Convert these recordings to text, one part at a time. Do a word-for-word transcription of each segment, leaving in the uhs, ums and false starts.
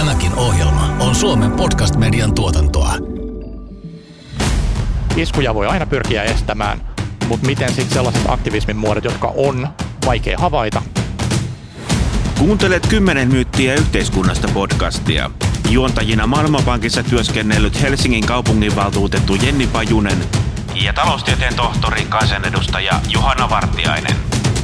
Tämäkin ohjelma on Suomen podcast-median tuotantoa. Iskuja voi aina pyrkiä estämään, mutta miten sitten sellaiset aktivismin muodot, jotka on vaikea havaita? Kuuntelet kymmenen myyttiä yhteiskunnasta podcastia. Juontajina Maailmanpankissa työskennellyt Helsingin kaupunginvaltuutettu Jenni Pajunen ja taloustieteen tohtori kansanedustaja Juhana Vartiainen.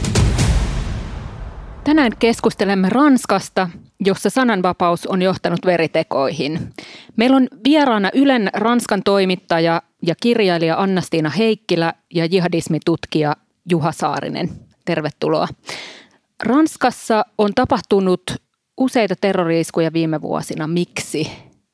Tänään keskustelemme Ranskasta, jossa sananvapaus on johtanut veritekoihin. Meillä on vieraana Ylen Ranskan toimittaja ja kirjailija Anna-Stiina Heikkilä ja jihadismitutkija Juha Saarinen. Tervetuloa. Ranskassa on tapahtunut useita terrori-iskuja viime vuosina. Miksi?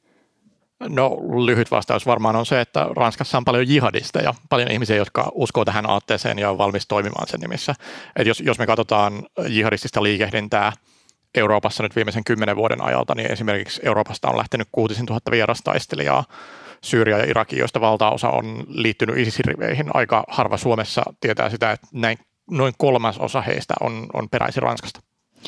No lyhyt vastaus varmaan on se, että Ranskassa on paljon jihadisteja, paljon ihmisiä, jotka uskoo tähän aatteeseen ja on valmis toimimaan sen nimissä. Et jos, jos me katsotaan jihadistista liikehdintää Euroopassa nyt viimeisen kymmenen vuoden ajalta, niin esimerkiksi Euroopasta on lähtenyt kuusituhatta vierastaistelijaa Syyria ja Irakiin, joista valtaosa on liittynyt ISISin riveihin. Aika harva Suomessa tietää sitä, että näin, noin kolmas osa heistä on, on peräisin Ranskasta.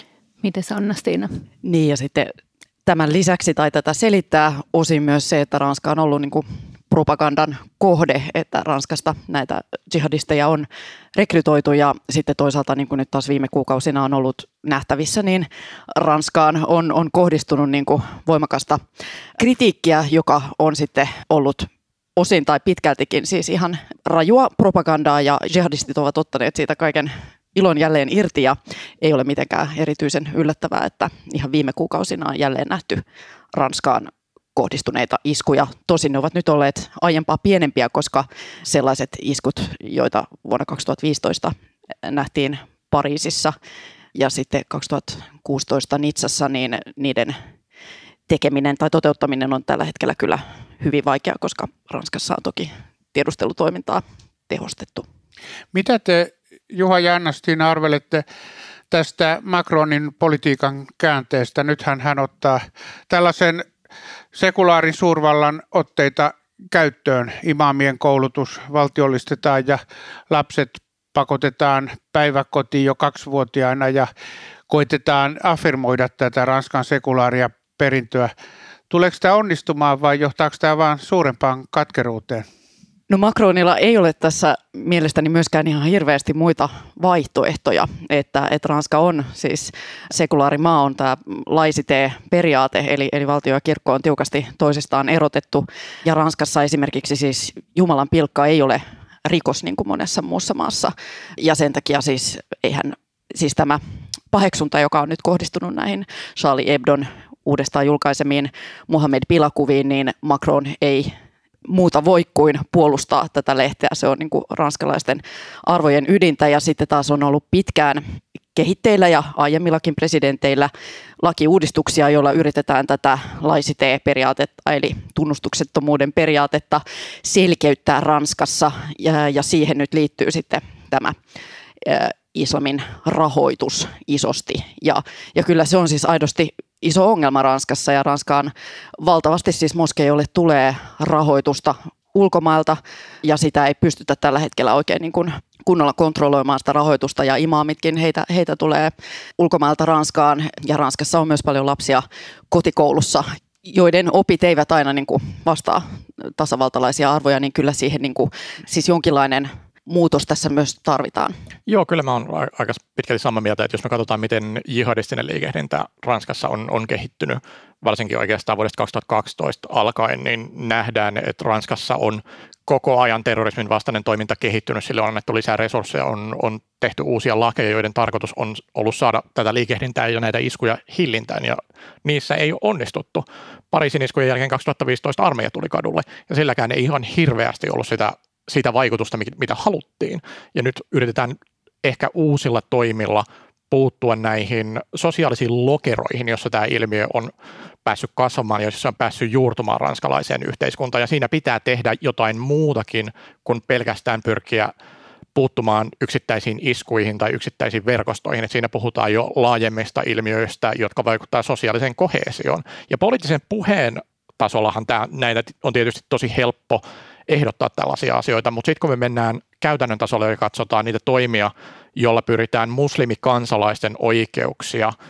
Mites Anna-Stiina? Niin ja sitten tämän lisäksi tai tätä selittää osin myös se, että Ranska on ollut niin kuin propagandan kohde, että Ranskasta näitä jihadisteja on rekrytoitu ja sitten toisaalta niin kuin nyt taas viime kuukausina on ollut nähtävissä, niin Ranskaan on, on kohdistunut niin kuin voimakasta kritiikkiä, joka on sitten ollut osin tai pitkältikin siis ihan rajua propagandaa ja jihadistit ovat ottaneet siitä kaiken ilon jälleen irti ja ei ole mitenkään erityisen yllättävää, että ihan viime kuukausina on jälleen nähty Ranskaan kohdistuneita iskuja. Tosin ne ovat nyt olleet aiempaa pienempiä, koska sellaiset iskut, joita vuonna kaksituhattaviisitoista nähtiin Pariisissa ja sitten kaksituhattakuusitoista Nitsassa, niin niiden tekeminen tai toteuttaminen on tällä hetkellä kyllä hyvin vaikea, koska Ranskassa on toki tiedustelutoimintaa tehostettu. Mitä te, Juha ja Anna-Stiina, arvelette tästä Macronin politiikan käänteestä? Nythän hän ottaa tällaisen sekulaarin suurvallan otteita käyttöön. Imaamien koulutus valtiollistetaan ja lapset pakotetaan päiväkotiin jo kaksivuotiaana ja koitetaan affirmoida tätä Ranskan sekulaaria perintöä. Tuleeko tämä onnistumaan vai johtaako tämä vain suurempaan katkeruuteen? No Macronilla ei ole tässä mielestäni myöskään ihan hirveästi muita vaihtoehtoja, että, että Ranska on siis sekulaarimaa, on tämä laicité-periaate, eli, eli valtio ja kirkko on tiukasti toisistaan erotettu ja Ranskassa esimerkiksi siis Jumalan pilkka ei ole rikos niin kuin monessa muussa maassa ja sen takia siis eihän siis tämä paheksunta, joka on nyt kohdistunut näihin Charlie Hebdon uudestaan julkaisemiin Mohamed Pilakuviin, niin Macron ei muuta voi kuin puolustaa tätä lehteä. Se on niin kuin ranskalaisten arvojen ydintä ja sitten taas on ollut pitkään kehitteillä ja aiemmillakin presidenteillä lakiuudistuksia, joilla yritetään tätä laicité-periaatetta eli tunnustuksettomuuden periaatetta selkeyttää Ranskassa ja, ja siihen nyt liittyy sitten tämä ä, islamin rahoitus isosti ja, ja kyllä se on siis aidosti iso ongelma Ranskassa ja Ranskaan valtavasti siis moskeijoille tulee rahoitusta ulkomailta ja sitä ei pystytä tällä hetkellä oikein niin kuin kunnolla kontrolloimaan sitä rahoitusta ja imaamitkin heitä, heitä tulee ulkomailta Ranskaan ja Ranskassa on myös paljon lapsia kotikoulussa, joiden opit eivät aina niin kuin vastaa tasavaltalaisia arvoja, niin kyllä siihen niin kuin, siis jonkinlainen muutos tässä myös tarvitaan. Joo, kyllä mä oon aika pitkälti samaa mieltä, että jos me katsotaan, miten jihadistinen liikehdintä Ranskassa on, on kehittynyt, varsinkin oikeastaan vuodesta kaksituhattakaksitoista alkaen, niin nähdään, että Ranskassa on koko ajan terrorismin vastainen toiminta kehittynyt, sille on annettu lisää resursseja, on, on tehty uusia lakeja, joiden tarkoitus on ollut saada tätä liikehdintää ja näitä iskuja hillintään, ja niissä ei ole onnistuttu. Pariisin iskujen jälkeen kaksituhattaviisitoista armeija tuli kadulle, ja silläkään ei ihan hirveästi ollut sitä siitä vaikutusta, mitä haluttiin. Ja nyt yritetään ehkä uusilla toimilla puuttua näihin sosiaalisiin lokeroihin, jossa tämä ilmiö on päässyt kasvamaan ja jossa se on päässyt juurtumaan ranskalaiseen yhteiskuntaan. Ja siinä pitää tehdä jotain muutakin kuin pelkästään pyrkiä puuttumaan yksittäisiin iskuihin tai yksittäisiin verkostoihin. Et siinä puhutaan jo laajemmista ilmiöistä, jotka vaikuttavat sosiaaliseen koheesioon. Ja poliittisen puheen tasollahan tämä, näitä on tietysti tosi helppo ehdottaa tällaisia asioita, mutta sitten kun me mennään käytännön tasolle ja katsotaan niitä toimia, joilla pyritään muslimikansalaisten oikeuksia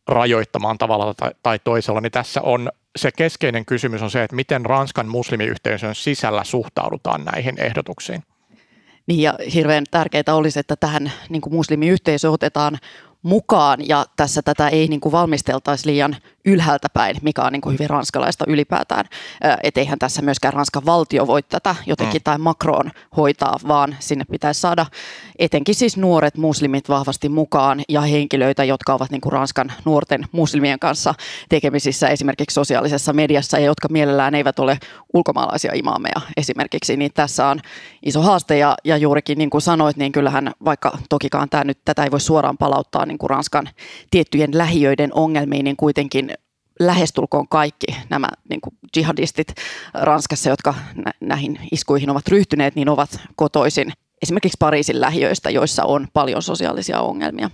rajoittamaan tavalla tai, tai toisella, niin tässä on se keskeinen kysymys on se, että miten Ranskan muslimiyhteisön sisällä suhtaudutaan näihin ehdotuksiin. Niin ja hirveän tärkeää olisi, että tähän niin kuin muslimiyhteisö otetaan mukaan ja tässä tätä ei niin kuin valmisteltaisi liian ylhäältä päin, mikä on niin kuin hyvin ranskalaista ylipäätään. Että eihän tässä myöskään Ranskan valtio voi tätä jotenkin mm. tai Macron hoitaa, vaan sinne pitäisi saada etenkin siis nuoret muslimit vahvasti mukaan ja henkilöitä, jotka ovat niin kuin Ranskan nuorten muslimien kanssa tekemisissä esimerkiksi sosiaalisessa mediassa ja jotka mielellään eivät ole ulkomaalaisia imaameja esimerkiksi. Niin tässä on iso haaste ja, ja juurikin niin kuin sanoit, niin kyllähän vaikka tokikaan tämä nyt, tätä ei voi suoraan palauttaa niin kuin Ranskan tiettyjen lähiöiden ongelmiin, niin kuitenkin lähestulkoon kaikki nämä niin kuin jihadistit Ranskassa, jotka nä- näihin iskuihin ovat ryhtyneet, niin ovat kotoisin esimerkiksi Pariisin lähiöistä, joissa on paljon sosiaalisia ongelmia.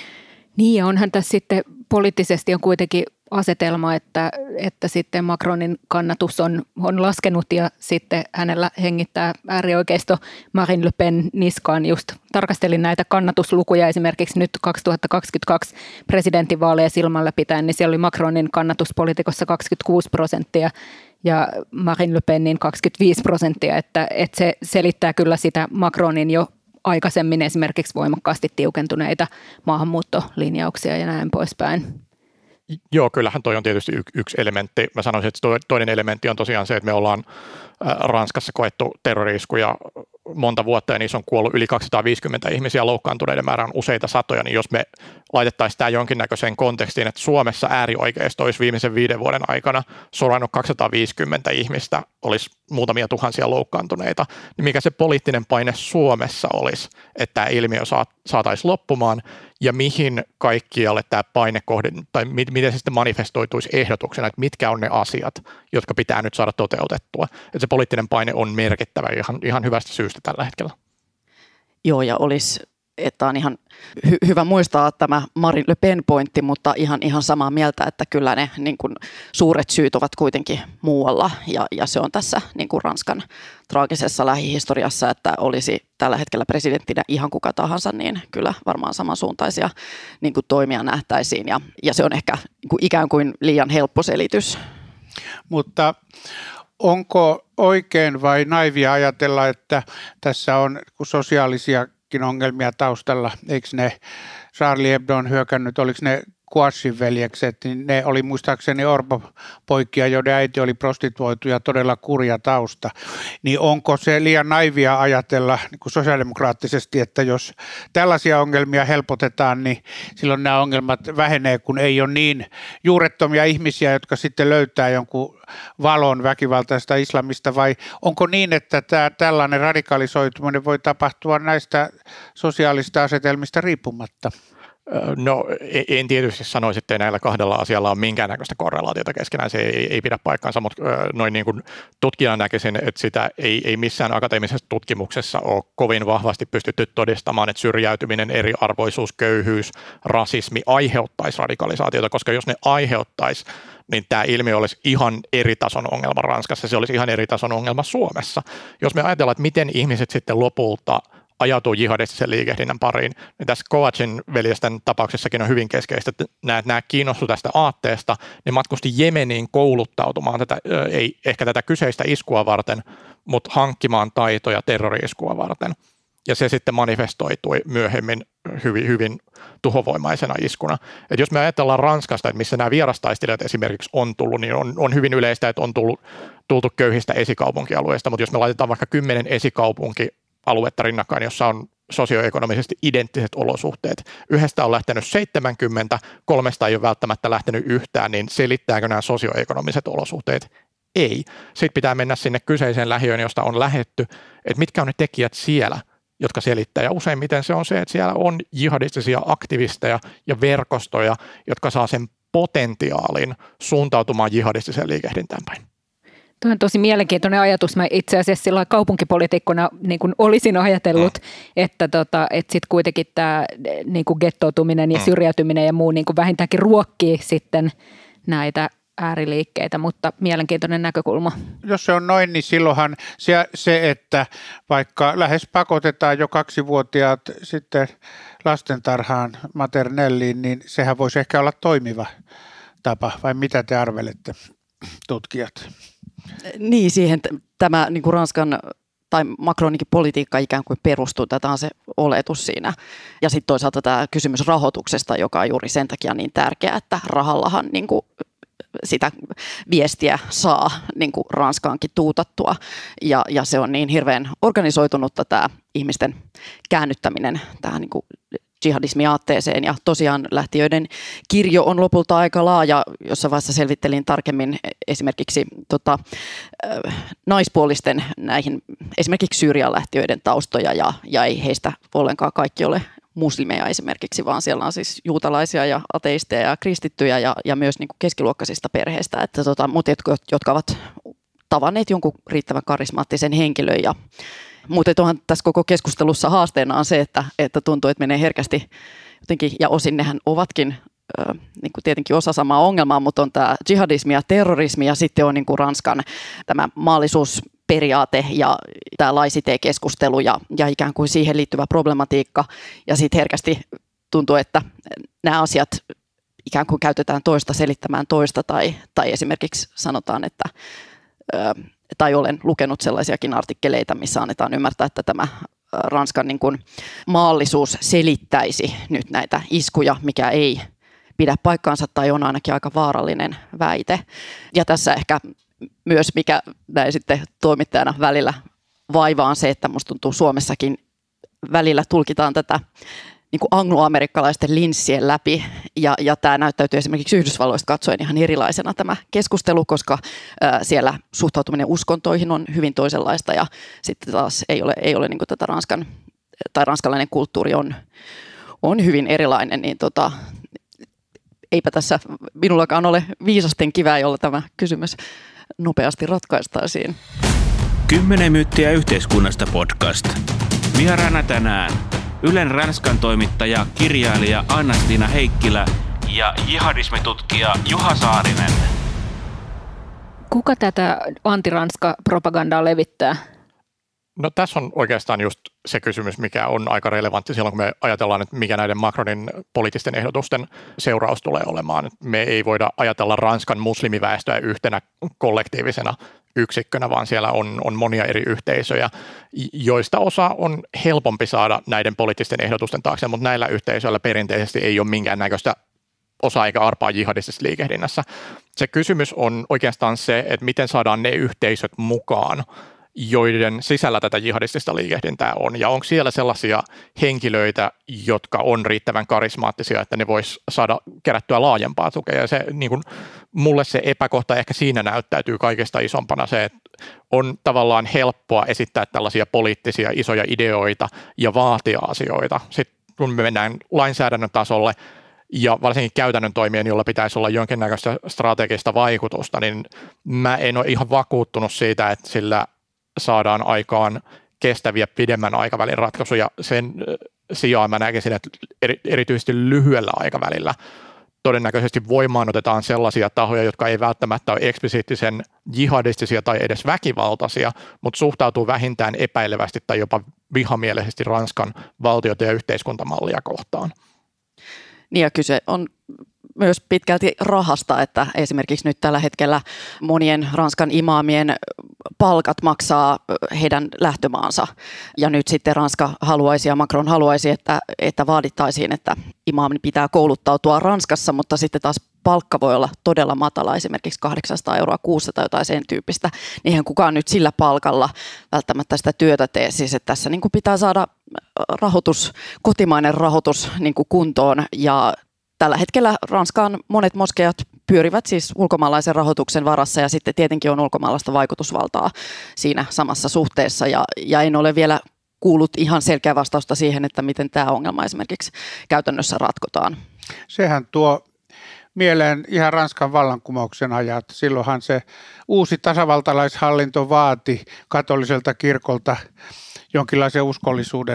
Niin ja onhan tässä sitten poliittisesti on kuitenkin asetelma, että, että sitten Macronin kannatus on, on laskenut ja sitten hänellä hengittää äärioikeisto Marine Le Pen niskaan. Just tarkastelin näitä kannatuslukuja esimerkiksi nyt kaksituhattakaksikymmentäkaksi presidentinvaaleja silmällä pitäen, niin siellä oli Macronin kannatuspoliitikossa kaksikymmentäkuusi prosenttia ja Marine Le Penin kaksikymmentäviisi prosenttia, että, että se selittää kyllä sitä Macronin jo aikaisemmin esimerkiksi voimakkaasti tiukentuneita maahanmuuttolinjauksia ja näin poispäin. Joo, kyllähän toi on tietysti y- yksi elementti. Mä sanoisin, että toinen elementti on tosiaan se, että me ollaan Ranskassa koettu terrori-iskuja monta vuotta ja niissä on kuollut yli kaksisataaviisikymmentä ihmisiä, loukkaantuneiden määrä on useita satoja, niin jos me laitettaisiin tämä jonkinnäköiseen kontekstiin, että Suomessa äärioikeisto olisi viimeisen viiden vuoden aikana sorannut kaksisataaviisikymmentä ihmistä, olisi muutamia tuhansia loukkaantuneita, niin mikä se poliittinen paine Suomessa olisi, että tämä ilmiö saataisiin loppumaan ja mihin kaikkialle tämä paine kohden, tai miten se sitten manifestoituisi ehdotuksena, että mitkä on ne asiat, jotka pitää nyt saada toteutettua. Että se poliittinen paine on merkittävä ihan, ihan hyvästä syystä tällä hetkellä. Joo, ja olisi, että on ihan hy- hyvä muistaa tämä Marine Le Pen-pointti, mutta ihan, ihan samaa mieltä, että kyllä ne niin kuin, suuret syyt ovat kuitenkin muualla, ja, ja se on tässä niin kuin Ranskan traagisessa lähihistoriassa, että olisi tällä hetkellä presidenttinä ihan kuka tahansa, niin kyllä varmaan samansuuntaisia niin kuin, toimia nähtäisiin, ja, ja se on ehkä niin kuin, ikään kuin liian helppo selitys. Mutta onko oikein vai naivia ajatella, että tässä on sosiaalisiakin ongelmia taustalla? Eikö ne Charlie Hebdon hyökännyt, oliko ne Kouachin veljekset, niin ne oli muistaakseni orpopoikia, joiden äiti oli prostituoitu ja todella kurja tausta. Niin onko se liian naivia ajatella niin kuin sosiaalidemokraattisesti, että jos tällaisia ongelmia helpotetaan, niin silloin nämä ongelmat vähenee, kun ei ole niin juurettomia ihmisiä, jotka sitten löytää jonkun valon väkivaltaista islamista, vai onko niin, että tämä, tällainen radikalisoituminen voi tapahtua näistä sosiaalista asetelmista riippumatta? No en tietysti sanoisi, että näillä kahdella asialla on minkäännäköistä korrelaatiota keskenään, se ei, ei pidä paikkaansa, mutta noin niin kuin tutkijana näkisin, että sitä ei, ei missään akateemisessa tutkimuksessa ole kovin vahvasti pystytty todistamaan, että syrjäytyminen, eriarvoisuus, köyhyys, rasismi aiheuttaisi radikalisaatiota, koska jos ne aiheuttaisi, niin tämä ilmiö olisi ihan eri tason ongelma Ranskassa, se olisi ihan eri tason ongelma Suomessa. Jos me ajatellaan, että miten ihmiset sitten lopulta ajautuu jihadistisen liikehdinnän pariin, niin tässä Kouachin veljesten tapauksessakin on hyvin keskeistä, että nämä, nämä kiinnostu tästä aatteesta, ne matkusti Jemeniin kouluttautumaan tätä, ei ehkä tätä kyseistä iskua varten, mutta hankkimaan taitoja terrori-iskua varten. Ja se sitten manifestoitui myöhemmin hyvin, hyvin tuhovoimaisena iskuna. Et jos me ajatellaan Ranskasta, että missä nämä vierastaistelijat esimerkiksi on tullut, niin on, on hyvin yleistä, että on tullut, tultu köyhistä esikaupunkialueista, mutta jos me laitetaan vaikka kymmenen esikaupunki aluetta rinnakkain, jossa on sosioekonomisesti identtiset olosuhteet. Yhdestä on lähtenyt seitsemänkymmentä, kolmesta ei ole välttämättä lähtenyt yhtään, niin selittääkö nämä sosioekonomiset olosuhteet? Ei. Sitten pitää mennä sinne kyseiseen lähiöön, josta on lähetty, että mitkä on ne tekijät siellä, jotka selittää. Ja useimmiten se on se, että siellä on jihadistisia aktivisteja ja verkostoja, jotka saa sen potentiaalin suuntautumaan jihadistiseen liikehdintään päin. Tuo on tosi mielenkiintoinen ajatus. Mä itse asiassa sillä kaupunkipoliitikkona niin kuin olisin ajatellut, mm. että, tota, että sitten kuitenkin tämä niin kuin gettoutuminen ja mm. syrjäytyminen ja muu niin kuin vähintäänkin ruokkii sitten näitä ääriliikkeitä, mutta mielenkiintoinen näkökulma. Jos se on noin, niin silloinhan se, se että vaikka lähes pakotetaan jo kaksivuotiaat sitten lastentarhaan maternelliin, niin sehän voisi ehkä olla toimiva tapa, vai mitä te arvelette, tutkijat? Niin, siihen t- tämä niin kuin Ranskan tai Macroninkin politiikka ikään kuin perustuu, tätä on se oletus siinä. Ja sitten toisaalta tämä kysymys rahoituksesta, joka on juuri sen takia niin tärkeä, että rahallahan niin kuin sitä viestiä saa niin kuin Ranskaankin tuutattua. Ja, ja se on niin hirveän organisoitunutta tämä ihmisten käännyttäminen tähän niin kuin jihadismiaatteeseen. Ja tosiaan lähtiöiden kirjo on lopulta aika laaja, jossa vaiheessa selvittelin tarkemmin esimerkiksi tota, äh, naispuolisten näihin esimerkiksi Syyrian lähtiöiden taustoja ja, ja ei heistä ollenkaan kaikki ole muslimeja esimerkiksi, vaan siellä on siis juutalaisia ja ateisteja ja kristittyjä ja, ja myös niin kuin keskiluokkaisista perheistä, että tota, mutta jotka, jotka ovat tavanneet jonkun riittävän karismaattisen henkilön. Ja, mutta onhan tässä koko keskustelussa haasteena on se, että, että tuntuu, että menee herkästi jotenkin, ja osin nehän ovatkin ö, niin kuin tietenkin osa samaa ongelmaa, mutta on tämä jihadismi ja terrorismi ja sitten on niin kuin Ranskan tämä maallisuusperiaate ja tämä laicité-keskustelu ja, ja ikään kuin siihen liittyvä problematiikka. Ja sitten herkästi tuntuu, että nämä asiat ikään kuin käytetään toista selittämään toista tai, tai esimerkiksi sanotaan, että ö, tai olen lukenut sellaisiakin artikkeleita, missä annetaan ymmärtää, että tämä Ranskan niin kuin maallisuus selittäisi nyt näitä iskuja, mikä ei pidä paikkaansa tai on ainakin aika vaarallinen väite. Ja tässä ehkä myös, mikä näin sitten toimittajana välillä vaivaa, on se, että musta tuntuu Suomessakin välillä tulkitaan tätä niin kuin angloamerikkalaisten linssien läpi, ja, ja tämä näyttäytyy esimerkiksi Yhdysvalloista katsoen ihan erilaisena tämä keskustelu, koska ää, siellä suhtautuminen uskontoihin on hyvin toisenlaista, ja sitten taas ei ole, ei ole niin kuin tätä Ranskan, tai ranskalainen kulttuuri on, on hyvin erilainen, niin tota, eipä tässä minullakaan ole viisasten kivää, jolla tämä kysymys nopeasti ratkaistaisiin. Kymmenen myyttiä yhteiskunnasta podcast. Vieraana tänään Ylen Ranskan toimittaja, kirjailija Anna-Stiina Heikkilä ja jihadismitutkija Juha Saarinen. Kuka tätä anti-Ranska-propagandaa levittää? No tässä on oikeastaan just se kysymys, mikä on aika relevantti silloin, kun me ajatellaan, että mikä näiden Macronin poliittisten ehdotusten seuraus tulee olemaan. Me ei voida ajatella Ranskan muslimiväestöä yhtenä kollektiivisena yksikkönä, vaan siellä on, on monia eri yhteisöjä, joista osa on helpompi saada näiden poliittisten ehdotusten taakse, mutta näillä yhteisöillä perinteisesti ei ole minkäännäköistä osaa eikä arpaa jihadistisessa liikehdinnässä. Se kysymys on oikeastaan se, että miten saadaan ne yhteisöt mukaan, joiden sisällä tätä jihadistista liikehdintää on, ja onko siellä sellaisia henkilöitä, jotka on riittävän karismaattisia, että ne vois saada kerättyä laajempaa tukea, ja se, niin kun, mulle se epäkohta ehkä siinä näyttäytyy kaikesta isompana se, että on tavallaan helppoa esittää tällaisia poliittisia isoja ideoita ja vaatia asioita. Sitten kun me mennään lainsäädännön tasolle, ja varsinkin käytännön toimien, jolla pitäisi olla jonkinnäköistä strategista vaikutusta, niin mä en ole ihan vakuuttunut siitä, että sillä saadaan aikaan kestäviä pidemmän aikavälin ratkaisuja. Sen sijaan mä näkisin, että erityisesti lyhyellä aikavälillä todennäköisesti voimaanotetaan sellaisia tahoja, jotka ei välttämättä ole eksplisiittisen jihadistisia tai edes väkivaltaisia, mutta suhtautuu vähintään epäilevästi tai jopa vihamielisesti Ranskan valtiota ja yhteiskuntamallia kohtaan. Niin ja kyse on myös pitkälti rahasta, että esimerkiksi nyt tällä hetkellä monien Ranskan imaamien palkat maksaa heidän lähtömaansa. Ja nyt sitten Ranska haluaisi ja Macron haluaisi, että, että vaadittaisiin, että imaamin pitää kouluttautua Ranskassa, mutta sitten taas palkka voi olla todella matala, esimerkiksi kahdeksansataa euroa kuussa tai jotain sen tyyppistä. Niinhän kukaan nyt sillä palkalla välttämättä sitä työtä tee. Siis että tässä niin kuin pitää saada rahoitus, kotimainen rahoitus niin kuin kuntoon, ja tällä hetkellä Ranskan monet moskeijat pyörivät siis ulkomaalaisen rahoituksen varassa, ja sitten tietenkin on ulkomaalaista vaikutusvaltaa siinä samassa suhteessa, ja, ja en ole vielä kuullut ihan selkeää vastausta siihen, että miten tämä ongelma esimerkiksi käytännössä ratkotaan. Sehän tuo mieleen ihan Ranskan vallankumouksen ajat. Silloinhan se uusi tasavaltalaishallinto vaati katoliselta kirkolta jonkinlaisen uskollisuuden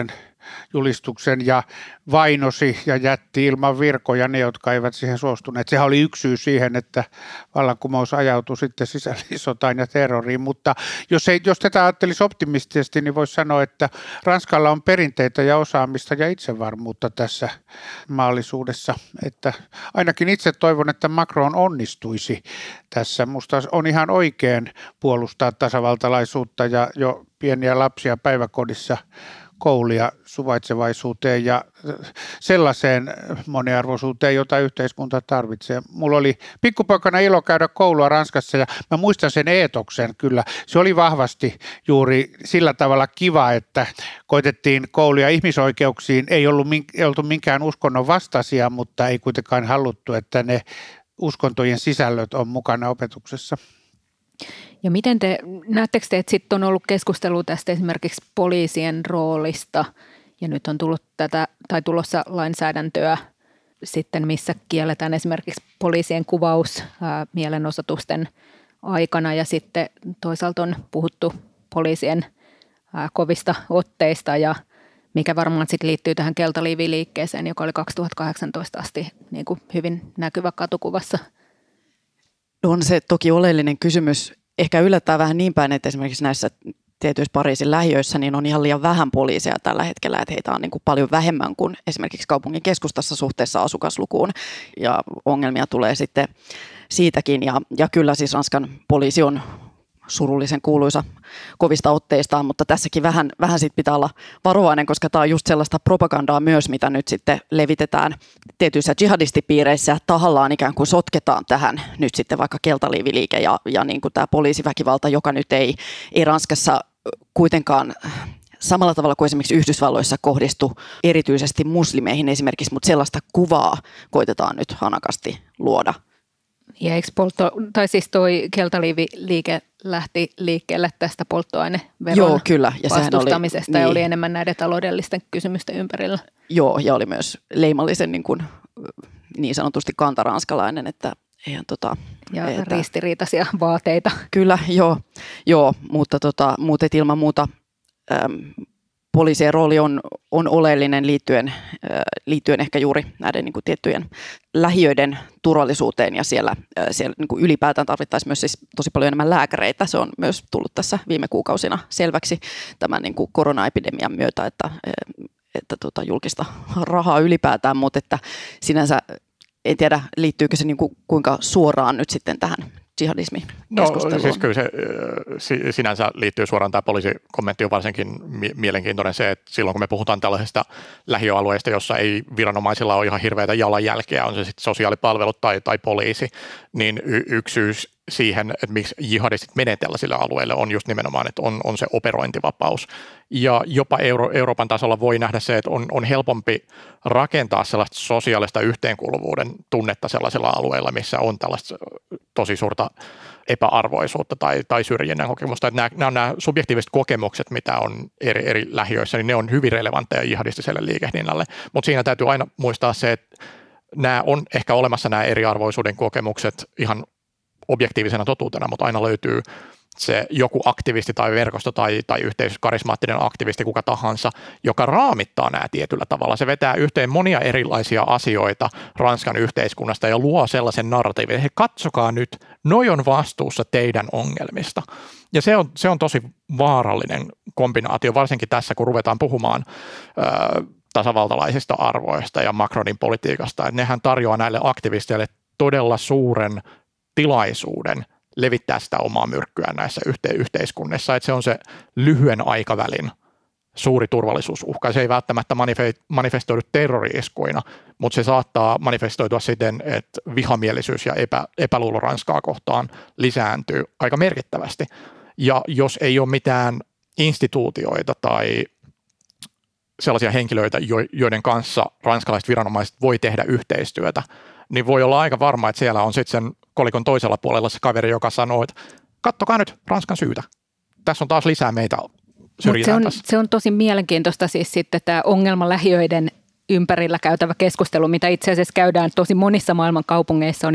julistuksen ja vainosi ja jätti ilman virkoja ne, jotka eivät siihen suostuneet. Sehän oli yksi syy siihen, että vallankumous ajautui sitten sisällissotaan ja terroriin, mutta jos, ei, jos tätä ajattelisi optimistisesti, niin voisi sanoa, että Ranskalla on perinteitä ja osaamista ja itsevarmuutta tässä maallisuudessa, että ainakin itse toivon, että Macron onnistuisi tässä. Musta on ihan oikein puolustaa tasavaltalaisuutta ja jo pieniä lapsia päiväkodissa koulia suvaitsevaisuuteen ja sellaiseen moniarvoisuuteen, jota yhteiskunta tarvitsee. Mulla oli pikkupoikana ilo käydä koulua Ranskassa ja mä muistan sen eetoksen kyllä. Se oli vahvasti juuri sillä tavalla kiva, että koitettiin kouluja ihmisoikeuksiin. Ei ollut ei oltu minkään uskonnon vastaisia, mutta ei kuitenkaan haluttu, että ne uskontojen sisällöt on mukana opetuksessa. Ja miten te, näettekö te, että sitten on ollut keskustelua tästä esimerkiksi poliisien roolista ja nyt on tullut tätä, tai tulossa lainsäädäntöä sitten, missä kielletään esimerkiksi poliisien kuvaus ää, mielenosoitusten aikana ja sitten toisaalta on puhuttu poliisien ää, kovista otteista ja mikä varmaan sitten liittyy tähän keltaliiviliikkeeseen, joka oli kaksituhattakahdeksantoista asti niin kuin hyvin näkyvä katukuvassa. On se toki oleellinen kysymys. Ehkä yllättää vähän niin päin, että esimerkiksi näissä tietyissä Pariisin lähiöissä niin on ihan liian vähän poliiseja tällä hetkellä, että heitä on niin kuin paljon vähemmän kuin esimerkiksi kaupungin keskustassa suhteessa asukaslukuun ja ongelmia tulee sitten siitäkin. Ja, ja kyllä siis Ranskan poliisi on surullisen kuuluisa kovista otteistaan, mutta tässäkin vähän, vähän sit pitää olla varovainen, koska tämä on just sellaista propagandaa myös, mitä nyt sitten levitetään tietyissä jihadistipiireissä ja tahallaan ikään kuin sotketaan tähän nyt sitten vaikka keltaliiviliike ja, ja niin kuin tämä poliisiväkivalta, joka nyt ei, ei Ranskassa kuitenkaan samalla tavalla kuin esimerkiksi Yhdysvalloissa kohdistu erityisesti muslimeihin esimerkiksi, mutta sellaista kuvaa koitetaan nyt hanakasti luoda. Ja eikö poltto, tai siis toi keltaliiviliike lähti liikkeelle tästä polttoaineveron Joo, kyllä. Ja vastustamisesta oli, ja niin. oli enemmän näiden taloudellisten kysymysten ympärillä. Joo, ja oli myös leimallisen niin, kuin, niin sanotusti kantaranskalainen, että eihän tota... Ja että, ristiriitaisia vaateita. Kyllä, joo, joo mutta tota, muuten ilman muuta... Äm, poliisien rooli on, on oleellinen liittyen, äh, liittyen ehkä juuri näiden niin kuin tiettyjen lähiöiden turvallisuuteen ja siellä, äh, siellä niin kuin ylipäätään tarvittaisiin myös siis tosi paljon enemmän lääkäreitä. Se on myös tullut tässä viime kuukausina selväksi tämän niin kuin koronaepidemian myötä, että, että tota, julkista rahaa ylipäätään, mutta että sinänsä en tiedä liittyykö se niin kuin, kuinka suoraan nyt sitten tähän jihadismi keskusteluun. No siis kyllä se sinänsä liittyy suoraan, tämä poliisikommentti on varsinkin mielenkiintoinen se, että silloin kun me puhutaan tällaisesta lähiöalueesta, jossa ei viranomaisilla ole ihan hirveätä jalanjälkeä, on se sitten sosiaalipalvelut tai, tai poliisi, niin y- yksi syy siihen, että miksi jihadistit menee tällaisille alueille on just nimenomaan, että on, on se operointivapaus. Ja jopa Euro- Euroopan tasolla voi nähdä se, että on, on helpompi rakentaa sellaista sosiaalista yhteenkuuluvuuden tunnetta sellaisilla alueilla, missä on tällaista tosi suurta epäarvoisuutta tai, tai syrjinnän kokemusta. Että nämä, nämä on nämä subjektiiviset kokemukset, mitä on eri, eri lähiöissä, niin ne on hyvin relevantteja jihadistiselle liikehdinnälle. Mutta siinä täytyy aina muistaa se, että nämä on ehkä olemassa nämä eriarvoisuuden kokemukset ihan objektiivisena totuutena, mutta aina löytyy se joku aktivisti tai verkosto tai, tai yhteisö, karismaattinen aktivisti, kuka tahansa, joka raamittaa nämä tietyllä tavalla. Se vetää yhteen monia erilaisia asioita Ranskan yhteiskunnasta ja luo sellaisen narratiivin, että katsokaa nyt, noi on vastuussa teidän ongelmista. Ja se on, se on tosi vaarallinen kombinaatio, varsinkin tässä, kun ruvetaan puhumaan ö, tasavaltalaisista arvoista ja Macronin politiikasta. Että nehän tarjoaa näille aktivisteille todella suuren tilaisuuden levittää sitä omaa myrkkyä näissä yhte- yhteiskunnissa, että se on se lyhyen aikavälin suuri turvallisuusuhka. Se ei välttämättä manife- manifestoidu terrori-iskuina, mutta se saattaa manifestoitua siten, että vihamielisyys ja epä- epäluulo Ranskaa kohtaan lisääntyy aika merkittävästi. Ja jos ei ole mitään instituutioita tai sellaisia henkilöitä, joiden kanssa ranskalaiset viranomaiset voi tehdä yhteistyötä, niin voi olla aika varma, että siellä on sitten sen kolikon toisella puolella se kaveri, joka sanoo, että kattokaa nyt Ranskan syytä. Tässä on taas lisää meitä syrjitään se on, tässä. se on tosi mielenkiintoista siis sitten tämä ongelmalähiöiden ympärillä käytävä keskustelu, mitä itse asiassa käydään tosi monissa maailman kaupungeissa. On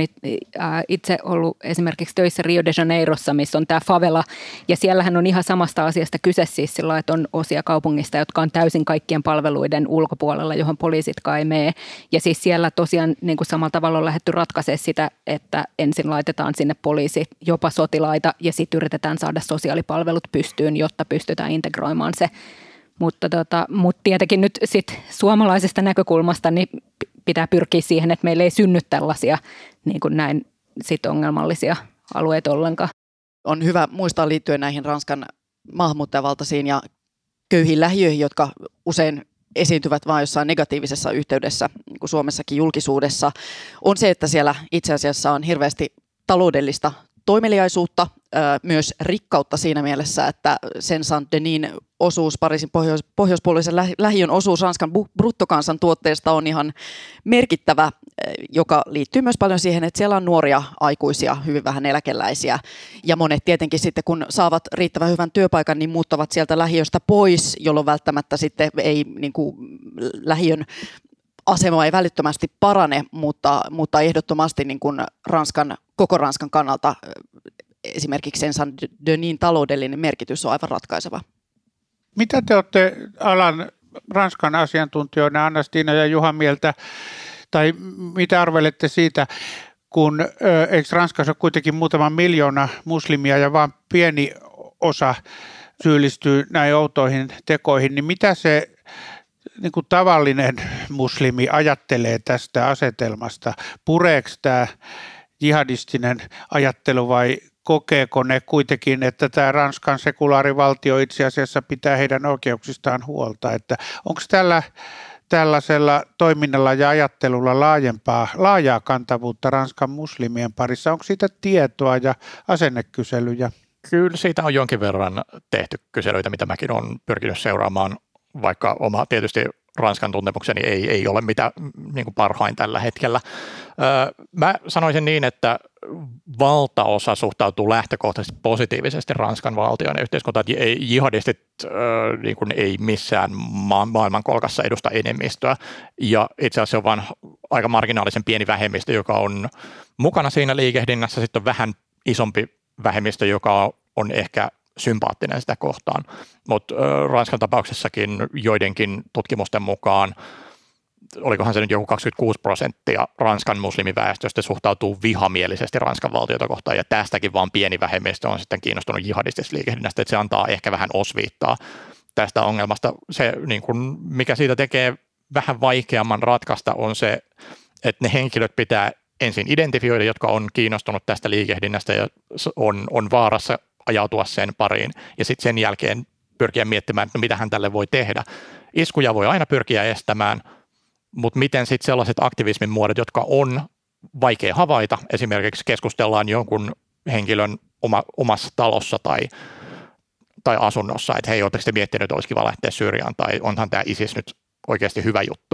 itse ollut esimerkiksi töissä Rio de Janeirossa, missä on tämä favela, ja siellähän on ihan samasta asiasta kyse siis sillä, että on osia kaupungista, jotka on täysin kaikkien palveluiden ulkopuolella, johon poliisitkaan ei mene. Ja siis siellä tosiaan niin kuin samalla tavalla on lähdetty ratkaisemaan sitä, että ensin laitetaan sinne poliisi, jopa sotilaita, ja sitten yritetään saada sosiaalipalvelut pystyyn, jotta pystytään integroimaan se. Mutta, tota, mutta tietenkin nyt sit suomalaisesta näkökulmasta niin pitää pyrkiä siihen, että meillä ei synny tällaisia niin kuin näin sit ongelmallisia alueita ollenkaan. On hyvä muistaa liittyen näihin Ranskan maahanmuuttajavaltaisiin ja köyhiin lähiöihin, jotka usein esiintyvät vain jossain negatiivisessa yhteydessä, niin kuin Suomessakin julkisuudessa, on se, että siellä itse asiassa on hirveästi taloudellista toimeliaisuutta, myös rikkautta siinä mielessä, että Saint-Denis osuus, Pariisin pohjois- pohjoispuolisen lähiön osuus Ranskan bruttokansantuotteesta on ihan merkittävä, joka liittyy myös paljon siihen, että siellä on nuoria aikuisia, hyvin vähän eläkeläisiä, ja monet tietenkin sitten, kun saavat riittävän hyvän työpaikan, niin muuttavat sieltä lähiöstä pois, jolloin välttämättä sitten ei niin kuin lähiön asema ei välittömästi parane, mutta, mutta ehdottomasti niin kuin Ranskan, koko Ranskan kannalta esimerkiksi Saint-Denis taloudellinen merkitys on aivan ratkaiseva. Mitä te olette alan Ranskan asiantuntijoina, Anna-Stiina ja Juha, mieltä, tai mitä arvelette siitä, kun eikö Ranskassa ole kuitenkin muutama miljoona muslimia ja vain pieni osa syyllistyy näihin outoihin tekoihin, niin mitä se niin kuin tavallinen muslimi ajattelee tästä asetelmasta? Pureeko tämä jihadistinen ajattelu vai kokeeko ne kuitenkin, että tämä Ranskan sekulaarivaltio itse asiassa pitää heidän oikeuksistaan huolta? Että onko tällä tällaisella toiminnalla ja ajattelulla laajempaa, laajaa kantavuutta Ranskan muslimien parissa? Onko siitä tietoa ja asennekyselyjä? Kyllä siitä on jonkin verran tehty kyselyitä, mitä mäkin olen pyrkinyt seuraamaan, vaikka oma tietysti Ranskan tuntemukseni ei, ei ole mitä niin kuin parhain tällä hetkellä. Öö, mä sanoisin niin, että valtaosa suhtautuu lähtökohtaisesti positiivisesti Ranskan valtion ja yhteiskuntaan. Jihadistit öö, niin kuin ei missään ma- maailmankolkassa edusta enemmistöä, ja itse asiassa on vain aika marginaalisen pieni vähemmistö, joka on mukana siinä liikehdinnässä. Sitten on vähän isompi vähemmistö, joka on ehkä sympaattinen sitä kohtaan, mutta Ranskan tapauksessakin joidenkin tutkimusten mukaan, olikohan se nyt joku kaksikymmentäkuusi prosenttia Ranskan muslimiväestöstä suhtautuu vihamielisesti Ranskan valtiota kohtaan, ja tästäkin vaan pieni vähemmistö on sitten kiinnostunut jihadistisesta liikehdinnästä, että se antaa ehkä vähän osviittaa tästä ongelmasta. Se, niin kun, mikä siitä tekee vähän vaikeamman ratkaista, on se, että ne henkilöt pitää ensin identifioida, jotka on kiinnostunut tästä liikehdinnästä ja on, on vaarassa ajautua sen pariin, ja sitten sen jälkeen pyrkiä miettimään, että no, mitä hän tälle voi tehdä. Iskuja voi aina pyrkiä estämään, mutta miten sitten sellaiset aktivismin muodot, jotka on vaikea havaita, esimerkiksi keskustellaan jonkun henkilön oma, omassa talossa tai, tai asunnossa, että hei, oletteko te miettinyt, että olisi kiva lähteä Syyriaan, tai onhan tämä ISIS nyt oikeasti hyvä juttu.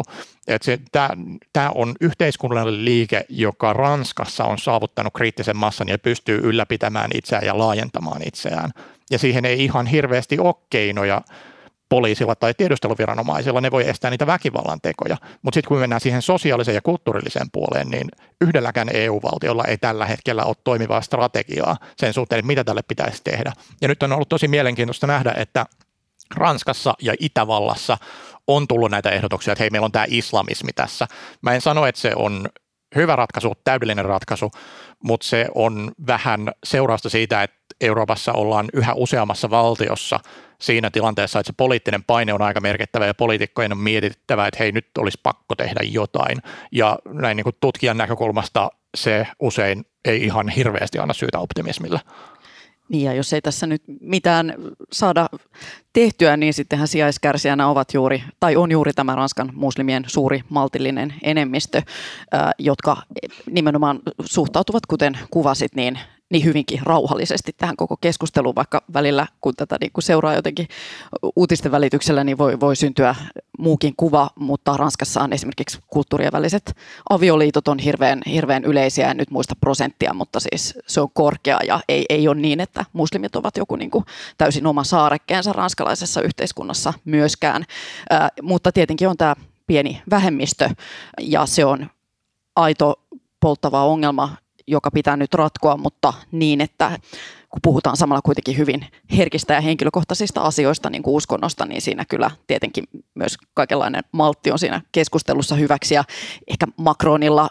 Tämä on yhteiskunnallinen liike, joka Ranskassa on saavuttanut kriittisen massan ja pystyy ylläpitämään itseään ja laajentamaan itseään. Ja siihen ei ihan hirveästi ole keinoja poliisilla tai tiedusteluviranomaisilla, ne voi estää niitä väkivallan tekoja. Mutta sitten kun mennään siihen sosiaaliseen ja kulttuurilliseen puoleen, niin yhdelläkään E U-valtiolla ei tällä hetkellä ole toimivaa strategiaa sen suhteen, että mitä tälle pitäisi tehdä. Ja nyt on ollut tosi mielenkiintoista nähdä, että Ranskassa ja Itävallassa on tullut näitä ehdotuksia, että hei, meillä on tämä islamismi tässä. Mä en sano, että se on hyvä ratkaisu, täydellinen ratkaisu, mutta se on vähän seurausta siitä, että Euroopassa ollaan yhä useammassa valtiossa siinä tilanteessa, että se poliittinen paine on aika merkittävä ja poliitikkojen on mietittävä, että hei, nyt olisi pakko tehdä jotain. Ja näin niin kuin tutkijan näkökulmasta se usein ei ihan hirveästi anna syytä optimismille. Niin, ja jos ei tässä nyt mitään saada tehtyä, niin sittenhän sijaiskärsijänä ovat juuri, tai on juuri tämä Ranskan muslimien suuri maltillinen enemmistö, jotka nimenomaan suhtautuvat, kuten kuvasit, niin, niin hyvinkin rauhallisesti tähän koko keskusteluun, vaikka välillä, kun tätä niin kun seuraa jotenkin uutisten välityksellä, niin voi, voi syntyä muukin kuva, mutta Ranskassa on esimerkiksi kulttuurien väliset avioliitot on hirveän, hirveän yleisiä, en nyt muista prosenttia, mutta siis se on korkea ja ei, ei ole niin, että muslimit ovat joku niin kuin täysin oma saarekkeensa ranskalaisessa yhteiskunnassa myöskään, äh, mutta tietenkin on tämä pieni vähemmistö ja se on aito polttava ongelma, joka pitää nyt ratkoa, mutta niin, että kun puhutaan samalla kuitenkin hyvin herkistä ja henkilökohtaisista asioista, niin kuin uskonnosta, niin siinä kyllä tietenkin myös kaikenlainen maltti on siinä keskustelussa hyväksi. Ja ehkä Macronilla,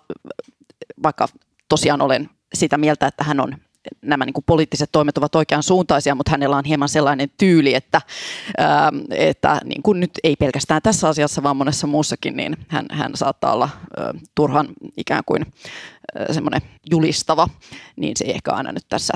vaikka tosiaan olen sitä mieltä, että hän on nämä niin kuin poliittiset toimet ovat oikean suuntaisia, mutta hänellä on hieman sellainen tyyli, että, ää, että niin kuin nyt ei pelkästään tässä asiassa, vaan monessa muussakin, niin hän, hän saattaa olla ää, turhan ikään kuin ää, semmoinen julistava, niin se ei ehkä aina nyt tässä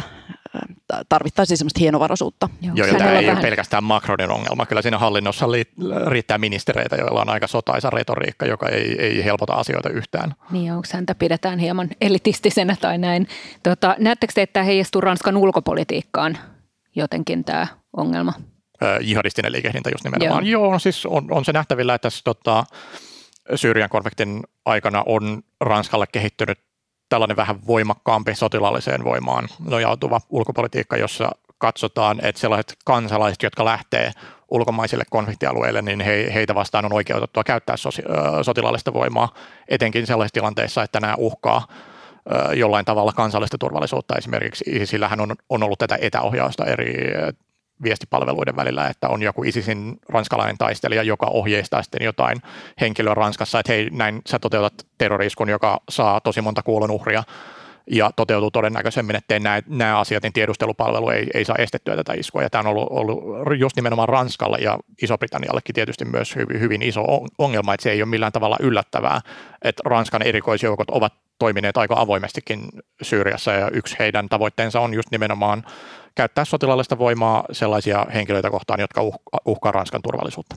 ää, tarvittaisiin semmoista hienovaraisuutta. Joo, Joo ja tämä ei vähän ole pelkästään Macronin ongelma. Kyllä siinä hallinnossa riittää ministereitä, joilla on aika sotaisa retoriikka, joka ei, ei helpota asioita yhtään. Niin, onko häntä pidetään hieman elitistisenä tai näin. Tota, näettekö te, että heijastuu Ranskan ulkopolitiikkaan jotenkin tämä ongelma? Äh, jihadistinen liikehdintä just nimenomaan. Joo, Joo siis on, on se nähtävillä, että tässä tota, Syyrian konfliktin aikana on Ranskalle kehittynyt tällainen vähän voimakkaampi sotilaalliseen voimaan nojautuva ulkopolitiikka, jossa katsotaan, että sellaiset kansalaiset, jotka lähtee ulkomaisille konfliktialueille, niin he, heitä vastaan on oikeutettua käyttää sosi, ö, sotilaallista voimaa, etenkin sellaisissa tilanteissa, että nämä uhkaa ö, jollain tavalla kansallista turvallisuutta. Esimerkiksi ISISillähän on, on ollut tätä etäohjausta eri viestipalveluiden välillä, että on joku ISISin ranskalainen taistelija, joka ohjeistaa sitten jotain henkilöä Ranskassa, että hei, näin sä toteutat terroriskun, joka saa tosi monta kuolonuhria ja toteutuu todennäköisemmin, ettei nämä, nämä asiat, niin tiedustelupalvelu ei, ei saa estettyä tätä iskua. Ja tämä on ollut, ollut just nimenomaan Ranskalle ja Iso-Britanniallekin tietysti myös hyvin, hyvin iso ongelma, että se ei ole millään tavalla yllättävää, että Ranskan erikoisjoukot ovat toimineet aika avoimestikin Syyriassa ja yksi heidän tavoitteensa on just nimenomaan käyttää sotilaallista voimaa sellaisia henkilöitä kohtaan, jotka uhkaa Ranskan turvallisuutta.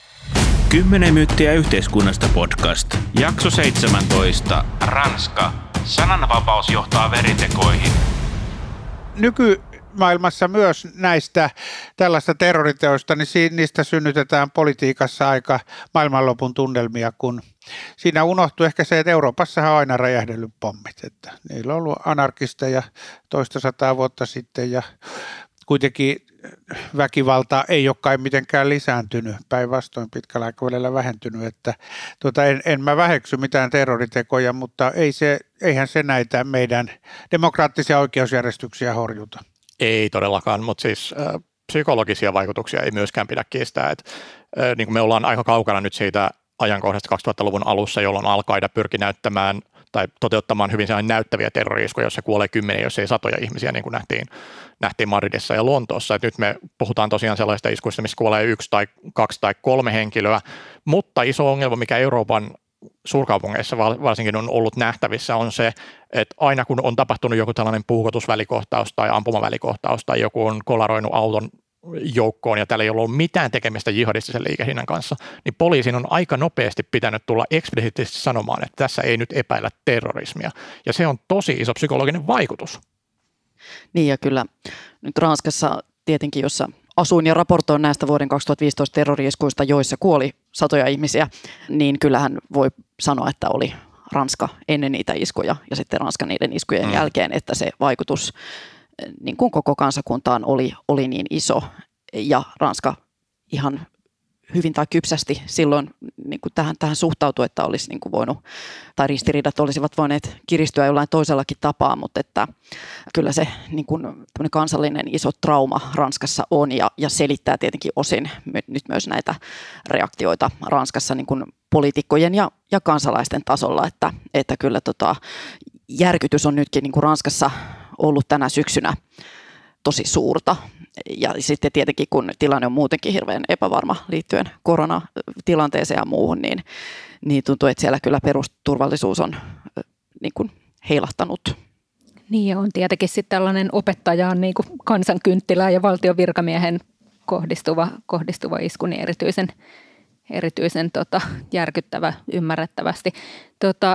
Kymmenen minuuttia yhteiskunnasta podcast. Jakso seitsemäntoista. Ranska. Sananvapaus johtaa veritekoihin. Nykymaailmassa myös näistä tällaista terroriteoista, niin niistä synnytetään politiikassa aika maailmanlopun tunnelmia, kun siinä unohtuu ehkä se, että Euroopassahan on aina räjähdellyt pommit. Että niillä on ollut anarkisteja toista sataa vuotta sitten ja kuitenkin väkivalta ei ole kai mitenkään lisääntynyt, päinvastoin pitkällä aikavälillä vähentynyt, että tuota, en, en mä väheksy mitään terroritekoja, mutta ei se, eihän se näitä meidän demokraattisia oikeusjärjestyksiä horjuta. Ei todellakaan, mutta siis äh, psykologisia vaikutuksia ei myöskään pidä kestää, että äh, niin kuin me ollaan aika kaukana nyt siitä ajankohdasta kaksituhattaluvun alussa, jolloin Al-Qaida pyrki näyttämään tai toteuttamaan hyvin näyttäviä terrori-iskuja, joissa kuolee kymmeniä, jos ei satoja ihmisiä, niin kuin nähtiin, nähtiin Madridissa ja Lontoossa. Et nyt me puhutaan tosiaan sellaista iskuista, missä kuolee yksi tai kaksi tai kolme henkilöä, mutta iso ongelma, mikä Euroopan suurkaupungeissa varsinkin on ollut nähtävissä, on se, että aina kun on tapahtunut joku tällainen puukotusvälikohtaus tai ampumavälikohtaus tai joku on kolaroinut auton joukkoon ja täällä ei ollut mitään tekemistä jihadistisen liikehdinnan kanssa, niin poliisin on aika nopeasti pitänyt tulla eksplisiittisesti sanomaan, että tässä ei nyt epäillä terrorismia. Ja se on tosi iso psykologinen vaikutus. Niin ja kyllä nyt Ranskassa tietenkin, jossa asuin ja raportoin näistä vuoden kaksituhattaviisitoista terrori-iskuista, joissa kuoli satoja ihmisiä, niin kyllähän voi sanoa, että oli Ranska ennen niitä iskuja ja sitten Ranska niiden iskujen mm. jälkeen, että se vaikutus niin kuin koko kansakuntaan oli, oli niin iso ja Ranska ihan hyvin tai kypsästi silloin niin kuin tähän, tähän suhtautui, että olisi niin kuin voinut, tai ristiriidat olisivat voineet kiristyä jollain toisellakin tapaa, mutta että kyllä se niin kuin kansallinen iso trauma Ranskassa on ja, ja selittää tietenkin osin nyt myös näitä reaktioita Ranskassa niin kuin poliitikkojen ja, ja kansalaisten tasolla, että, että kyllä tota, järkytys on nytkin niin kuin Ranskassa ollut tänä syksynä tosi suurta. Ja sitten tietenkin, kun tilanne on muutenkin hirveän epävarma liittyen koronatilanteeseen ja muuhun, niin, niin tuntuu, että siellä kyllä perusturvallisuus on niin kuin heilahtanut. Niin ja on tietenkin sitten tällainen opettajaan niin kuin kansankynttilään ja valtion virkamiehen kohdistuva, kohdistuva isku, niin erityisen, erityisen tota, järkyttävä ymmärrettävästi. Tota,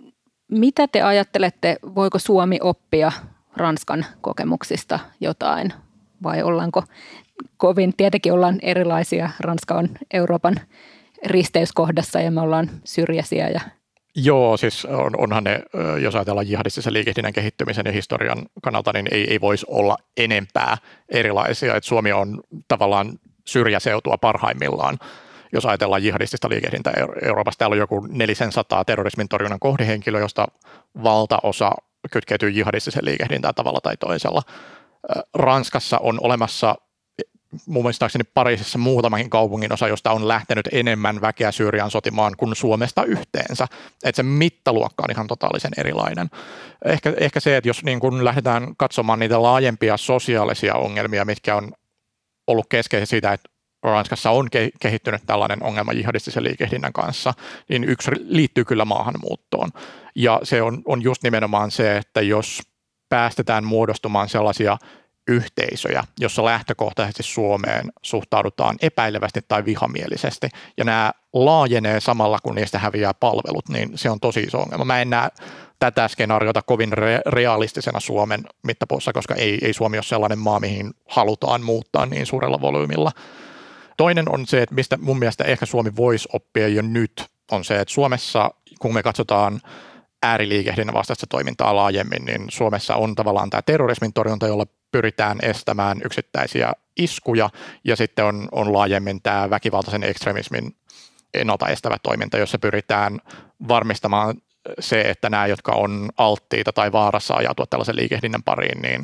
mitä te ajattelette, voiko Suomi oppia Ranskan kokemuksista jotain vai ollaanko kovin, tietenkin ollaan erilaisia, Ranska on Euroopan risteyskohdassa ja me ollaan syrjäisiä. Ja... Joo, siis on, onhan ne, jos ajatellaan jihadistisen liikehdinnän kehittymisen ja historian kannalta, niin ei, ei voisi olla enempää erilaisia, että Suomi on tavallaan syrjäseutua parhaimmillaan jos ajatellaan jihadistista liikehdintää Euroopassa, täällä on joku nelisensataa terrorismin torjunnan kohdehenkilöä, josta valtaosa kytkeytyy jihadistiseen liikehdintään tavalla tai toisella. Ranskassa on olemassa muun muistaakseni Pariisissa muutamakin kaupungin osa, josta on lähtenyt enemmän väkeä Syyrian sotimaan kuin Suomesta yhteensä. Että se mittaluokka on ihan totaalisen erilainen. Ehkä, ehkä se, että jos niin kun lähdetään katsomaan niitä laajempia sosiaalisia ongelmia, mitkä on ollut keskeisiä siitä, että Ranskassa on kehittynyt tällainen ongelma jihadistisen liikehdinnän kanssa, niin yksi liittyy kyllä maahanmuuttoon. Ja se on, on just nimenomaan se, että jos päästetään muodostumaan sellaisia yhteisöjä, jossa lähtökohtaisesti Suomeen suhtaudutaan epäilevästi tai vihamielisesti, ja nämä laajenee samalla, kun niistä häviää palvelut, niin se on tosi iso ongelma. Mä en näe tätä skenaariota kovin re- realistisena Suomen mittapuussa, koska ei, ei Suomi ole sellainen maa, mihin halutaan muuttaa niin suurella volyymilla. Toinen on se, että mistä mun mielestä ehkä Suomi voisi oppia jo nyt, on se, että Suomessa, kun me katsotaan ääriliikehdinnän vastaista toimintaa laajemmin, niin Suomessa on tavallaan tämä terrorismin torjunta, jolla pyritään estämään yksittäisiä iskuja, ja sitten on, on laajemmin tämä väkivaltaisen ekstremismin ennaltaestävä toiminta, jossa pyritään varmistamaan se, että nämä, jotka on alttiita tai vaarassa ajautua tällaisen liikehdinnän pariin, niin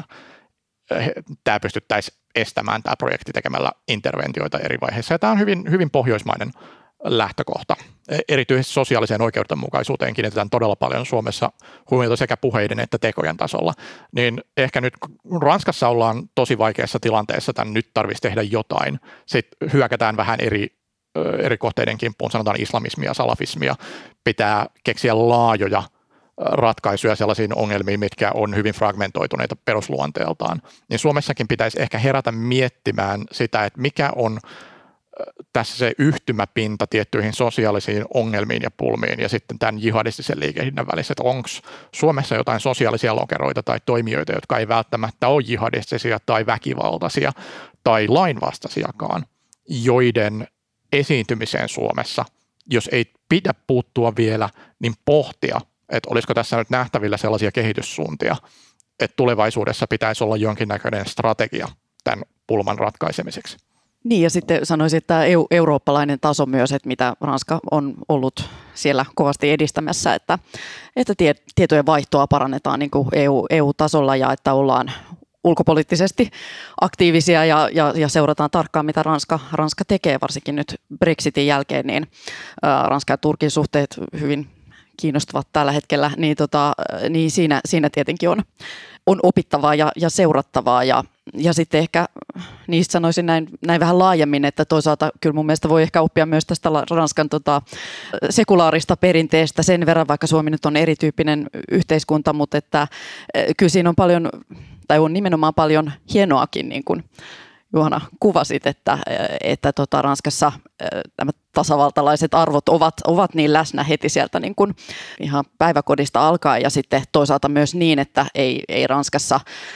tämä pystyttäisiin estämään tämä projekti tekemällä interventioita eri vaiheissa. Ja tämä on hyvin, hyvin pohjoismainen lähtökohta. Erityisesti sosiaaliseen oikeudenmukaisuuteen kiinnitetään todella paljon Suomessa huomiota sekä puheiden että tekojen tasolla. Niin ehkä nyt kun Ranskassa ollaan tosi vaikeassa tilanteessa, että nyt tarvitsisi tehdä jotain, sitten hyökätään vähän eri, eri kohteiden kimppuun, sanotaan islamismia, salafismia, pitää keksiä laajoja ratkaisuja sellaisiin ongelmiin, mitkä on hyvin fragmentoituneita perusluonteeltaan. Niin Suomessakin pitäisi ehkä herätä miettimään sitä, että mikä on tässä se yhtymäpinta tiettyihin sosiaalisiin ongelmiin ja pulmiin ja sitten tämän jihadistisen liikehdinnän välissä, että onko Suomessa jotain sosiaalisia lokeroita tai toimijoita, jotka ei välttämättä ole jihadistisia tai väkivaltaisia tai lainvastaisiakaan, joiden esiintymiseen Suomessa, jos ei pidä puuttua vielä, niin pohtia, että olisiko tässä nyt nähtävillä sellaisia kehityssuuntia, että tulevaisuudessa pitäisi olla jonkinnäköinen strategia tämän pulman ratkaisemiseksi. Niin, ja sitten sanoisin, että eu, eurooppalainen taso myös, että mitä Ranska on ollut siellä kovasti edistämässä, että, että tie, tietojen vaihtoa parannetaan niin kuin E U, E U-tasolla ja että ollaan ulkopoliittisesti aktiivisia ja, ja, ja seurataan tarkkaan, mitä Ranska, Ranska tekee, varsinkin nyt Brexitin jälkeen, niin ää, Ranska ja Turkin suhteet hyvin kiinnostavat tällä hetkellä, niin, tota, niin siinä, siinä tietenkin on, on opittavaa ja, ja seurattavaa ja Ja sitten ehkä niistä sanoisin näin, näin vähän laajemmin, että toisaalta kyllä mun mielestä voi ehkä oppia myös tästä Ranskan tota, sekulaarista perinteestä sen verran, vaikka Suomi nyt on erityyppinen yhteiskunta, mutta että kyllä siinä on paljon, tai on nimenomaan paljon hienoakin, niin kuin Juhana kuvasit, että, että tota Ranskassa nämä tasavaltalaiset arvot ovat, ovat niin läsnä heti sieltä niin kuin ihan päiväkodista alkaen ja sitten toisaalta myös niin, että ei, ei Ranskassa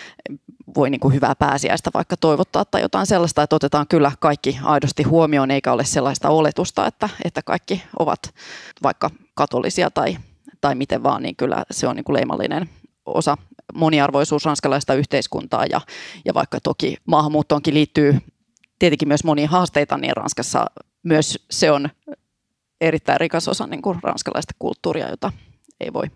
voi niin kuin hyvää pääsiäistä vaikka toivottaa tai jotain sellaista, että otetaan kyllä kaikki aidosti huomioon, eikä ole sellaista oletusta, että, että kaikki ovat vaikka katolisia tai, tai miten vaan, niin kyllä se on niin kuin leimallinen osa moniarvoisuus ranskalaista yhteiskuntaa ja, ja vaikka toki maahanmuuttoonkin liittyy tietenkin myös monia haasteita, niin Ranskassa myös se on erittäin rikas osa niin kuin ranskalaista kulttuuria, jota ei voi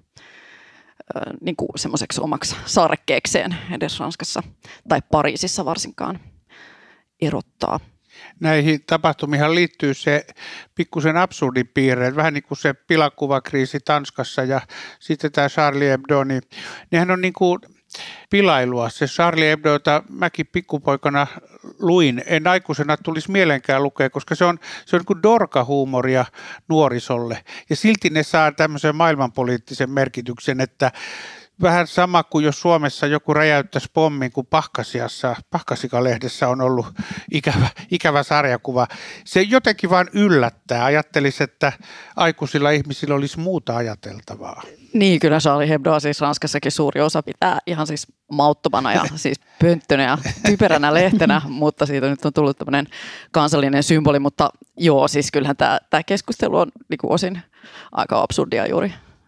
niin kuin semmoiseksi omaksi saarekkeekseen edes Ranskassa tai Pariisissa varsinkaan erottaa. Näihin tapahtumiin liittyy se pikkusen absurdin piirre, vähän niin kuin se pilakuvakriisi Tanskassa ja sitten tämä Charlie Hebdo, niin nehän on niin kuin pilailua. Se Charlie Hebdo, jota mäkin pikkupoikana luin, en aikuisena tulisi mielenkään lukea, koska se on, se on niin kuin dorkahuumoria nuorisolle. Ja silti ne saa tämmöisen maailmanpoliittisen merkityksen, että vähän sama kuin jos Suomessa joku räjäyttäisi pommin, kun Pahkasiassa, Pahkasika-lehdessä on ollut ikävä, ikävä sarjakuva. Se jotenkin vaan yllättää. Ajattelisi, että aikuisilla ihmisillä olisi muuta ajateltavaa. Niin, kyllä Charlie Hebdoa siis Ranskassakin suuri osa pitää ihan siis mauttomana ja siis pönttönä ja typeränä lehtenä, mutta siitä nyt on tullut tämmöinen kansallinen symboli. Mutta joo, siis kyllähän tämä, tämä keskustelu on niin kuin osin aika absurdia juuri.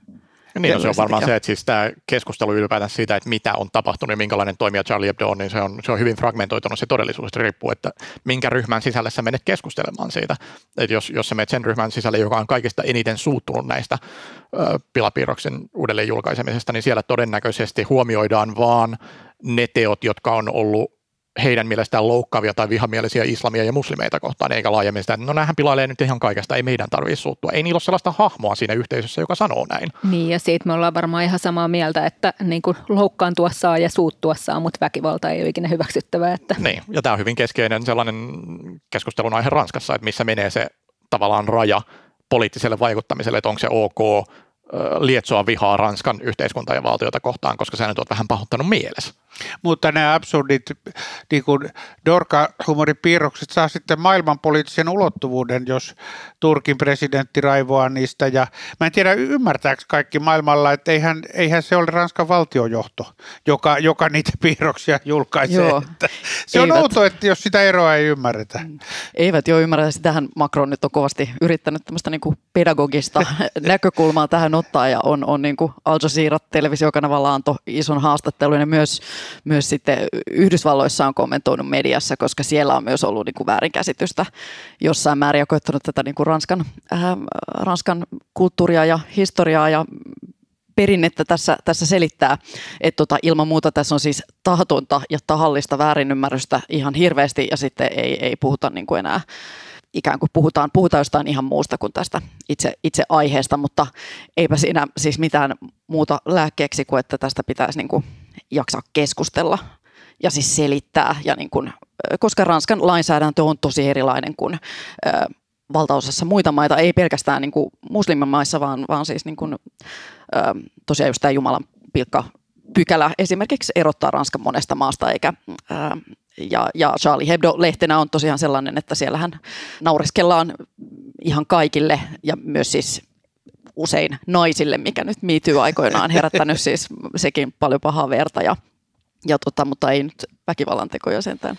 Niin, no, se on varmaan se, että siis tämä keskustelu ylipäätään siitä, että mitä on tapahtunut ja minkälainen toimija Charlie Hebdo on, niin se on, se on hyvin fragmentoitunut se todellisuudesta riippuu, että minkä ryhmän sisällä sä menet keskustelemaan siitä. Että jos, jos sä menet sen ryhmän sisälle, joka on kaikista eniten suuttunut näistä ö, pilapiirroksen uudelleen julkaisemisesta, niin siellä todennäköisesti huomioidaan vaan ne teot, jotka on ollut heidän mielestään loukkaavia tai vihamielisiä islamia ja muslimeita kohtaan, eikä laajemmin sitä, että no näähän pilailee nyt ihan kaikesta, ei meidän tarvitse suuttua. Ei niillä ole sellaista hahmoa siinä yhteisössä, joka sanoo näin. Niin, ja siitä me ollaan varmaan ihan samaa mieltä, että niin kuin loukkaantua saa ja suuttua saa, mutta väkivalta ei ole ikinä hyväksyttävää. Että. Niin, ja tämä on hyvin keskeinen sellainen keskustelun aihe Ranskassa, että missä menee se tavallaan raja poliittiselle vaikuttamiselle, että onko se ok lietsoa vihaa Ranskan yhteiskuntaa ja valtiota kohtaan, koska sä nyt oot vähän pahoittanut mielessä. Mutta nämä absurdit niin kuin Dorka-humoripiirrokset saa sitten maailmanpoliittisen ulottuvuuden, jos Turkin presidentti raivoaa niistä. Ja mä en tiedä, ymmärtääkö kaikki maailmalla, että eihän, eihän se ole Ranskan valtiojohto, joka, joka niitä piirroksia julkaisee. Joo, se on eivät. outo, että jos sitä eroa ei ymmärretä. Eivät jo ymmärrä. Sitähän Macron nyt on kovasti yrittänyt tämmöistä niin kuin pedagogista näkökulmaa tähän ottaa ja on, on niin kuin Al Jazeera televisiokanavalla antoi ison haastattelun ja myös Myös sitten Yhdysvalloissa on kommentoinut mediassa, koska siellä on myös ollut niin kuin väärinkäsitystä jossain määrin ja koettanut tätä niin kuin Ranskan, äh, Ranskan kulttuuria ja historiaa ja perinnettä tässä, tässä selittää, että tota, ilman muuta tässä on siis tahatonta ja tahallista väärinymmärrystä ihan hirveästi ja sitten ei, ei puhuta niin kuin enää ikään kuin puhutaan, puhutaan jostain ihan muusta kuin tästä itse, itse aiheesta, mutta eipä siinä siis mitään muuta lääkkeeksi kuin, että tästä pitäisi niin kuin jaksaa keskustella ja siis selittää, ja niin kuin, koska Ranskan lainsäädäntö on tosi erilainen kuin ö, valtaosassa muita maita, ei pelkästään niin kuin muslimimaissa, vaan, vaan siis niin kuin, ö, tosiaan just tämä Jumalan pilkka pykälä esimerkiksi erottaa Ranskan monesta maasta, eikä ö, Ja, ja Charlie Hebdo-lehtenä on tosiaan sellainen, että siellähän naureskellaan ihan kaikille ja myös siis usein naisille, mikä nyt Me Too aikoinaan herättänyt siis sekin paljon pahaa verta, ja, ja tota, mutta ei nyt väkivallan tekoja sentään.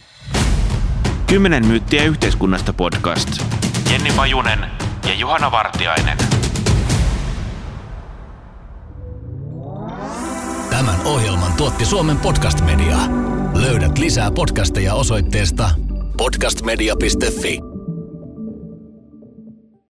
Kymmenen myyttiä yhteiskunnasta podcast. Jenni Pajunen ja Juhana Vartiainen. Tämän ohjelman tuotti Suomen Podcast Media. Löydät lisää podcasteja osoitteesta podcast media piste fi.